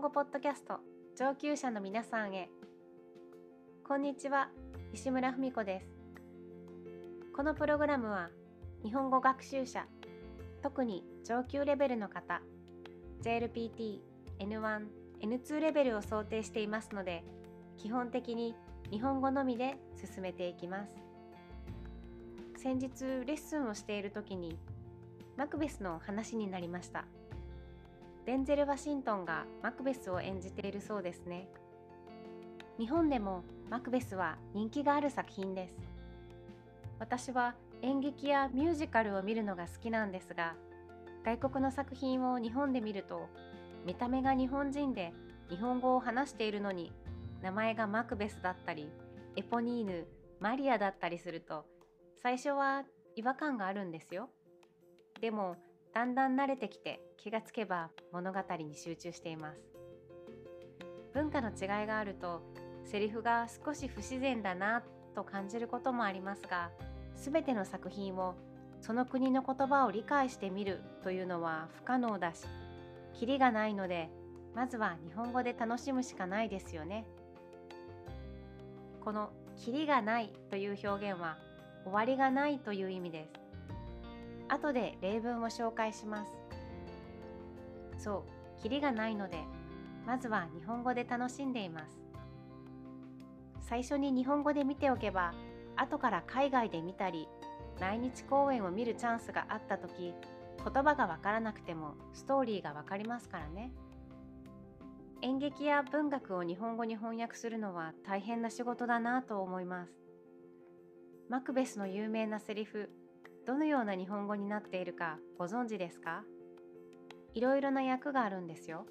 語ポッドキャスト上級者の皆さんへ。こんにちは、石村文子です。このプログラムは日本語学習者、特に上級レベルの方、JLPT、N1、N2 レベルを想定していますので、基本的に日本語のみで進めていきます。先日レッスンをしている時にマクベスの話になりました。デンゼル・ワシントンがマクベスを演じているそうですね。日本でもマクベスは人気がある作品です。私は演劇やミュージカルを見るのが好きなんですが、外国の作品を日本で見ると、見た目が日本人で日本語を話しているのに、名前がマクベスだったり、エポニーヌ、マリアだったりすると、最初は違和感があるんですよ。でも、だんだん慣れてきて気がつけば物語に集中しています。文化の違いがあると、セリフが少し不自然だなと感じることもありますが、すべての作品をその国の言葉を理解してみるというのは不可能だし、キリがないので、まずは日本語で楽しむしかないですよね。このキリがないという表現は終わりがないという意味です。後で例文を紹介します。そう、キリがないので、まずは日本語で楽しんでいます。最初に日本語で見ておけば、後から海外で見たり、来日公演を見るチャンスがあったとき、言葉がわからなくてもストーリーがわかりますからね。演劇や文学を日本語に翻訳するのは大変な仕事だなと思います。マクベスの有名なセリフ、どのような日本語になっているかご存知ですか？いろいろな訳があるんですよ。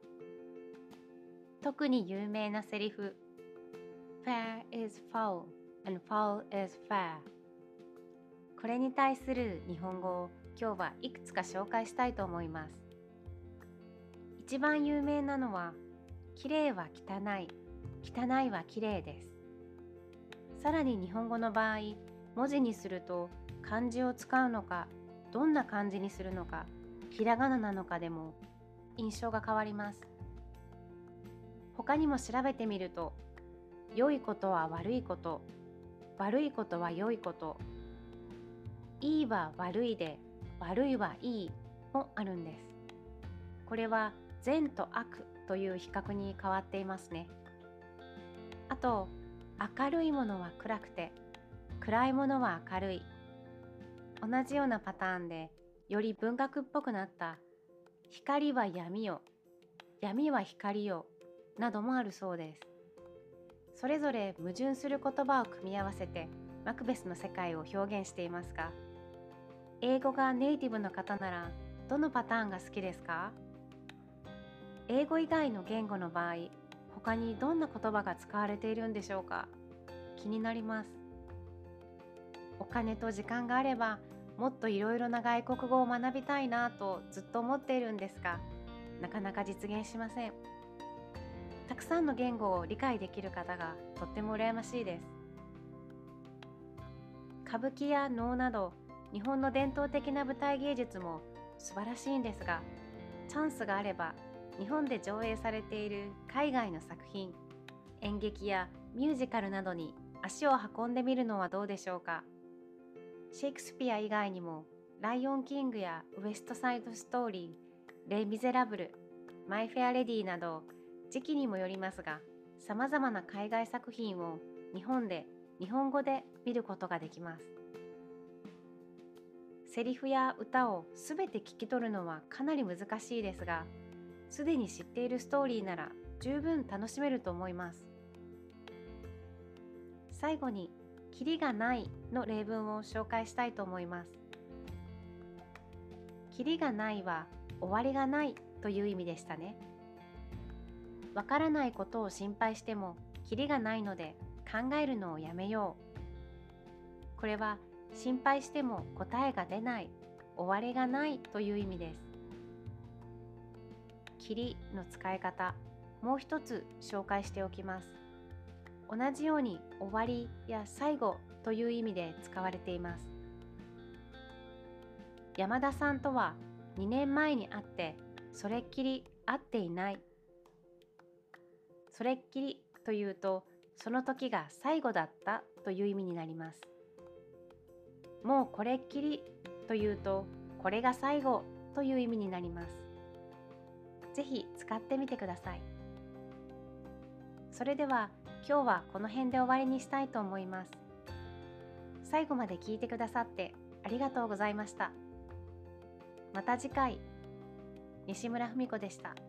特に有名なセリフ、Fair is foul and foul is fair。これに対する日本語を今日はいくつか紹介したいと思います。一番有名なのは、きれいは汚い、汚いはきれいです。さらに日本語の場合、文字にすると漢字を使うのか、どんな漢字にするのか、ひらがななのかでも印象が変わります。他にも調べてみると、良いことは悪いこと、悪いことは良いこと、いいは悪いで、悪いはいいもあるんです。これは善と悪という比較に変わっていますね。あと、明るいものは暗くて、暗いものは明るい。同じようなパターンで、より文学っぽくなった光は闇よ、闇は光よなどもあるそうです。それぞれ矛盾する言葉を組み合わせてマクベスの世界を表現していますが、英語がネイティブの方ならどのパターンが好きですか？英語以外の言語の場合、他にどんな言葉が使われているんでしょうか？気になります。お金と時間があれば、もっといろいろな外国語を学びたいなとずっと思っているんですが、なかなか実現しません。たくさんの言語を理解できる方がとっても羨ましいです。歌舞伎や能など、日本の伝統的な舞台芸術も素晴らしいんですが、チャンスがあれば日本で上映されている海外の作品、演劇やミュージカルなどに足を運んでみるのはどうでしょうか。シェイクスピア以外にも、ライオンキングやウエストサイドストーリー、レイ・ミゼラブル、マイ・フェア・レディなど、時期にもよりますが、さまざまな海外作品を日本で、日本語で見ることができます。セリフや歌をすべて聞き取るのはかなり難しいですが、すでに知っているストーリーなら十分楽しめると思います。最後に、キリがないの例文を紹介したいと思います。キリがないは終わりがないという意味でしたね。わからないことを心配してもキリがないので考えるのをやめよう。これは心配しても答えが出ない、終わりがないという意味です。キリの使い方、もう一つ紹介しておきます。同じように終わりや最後という意味で使われています。山田さんとは2年前に会ってそれっきり会っていない。 それっきりというと、その時が最後だったという意味になります。もうこれっきりというと、これが最後という意味になります。ぜひ使ってみてください。それでは今日はこの辺で終わりにしたいと思います。最後まで聞いてくださってありがとうございました。また次回。西村文子でした。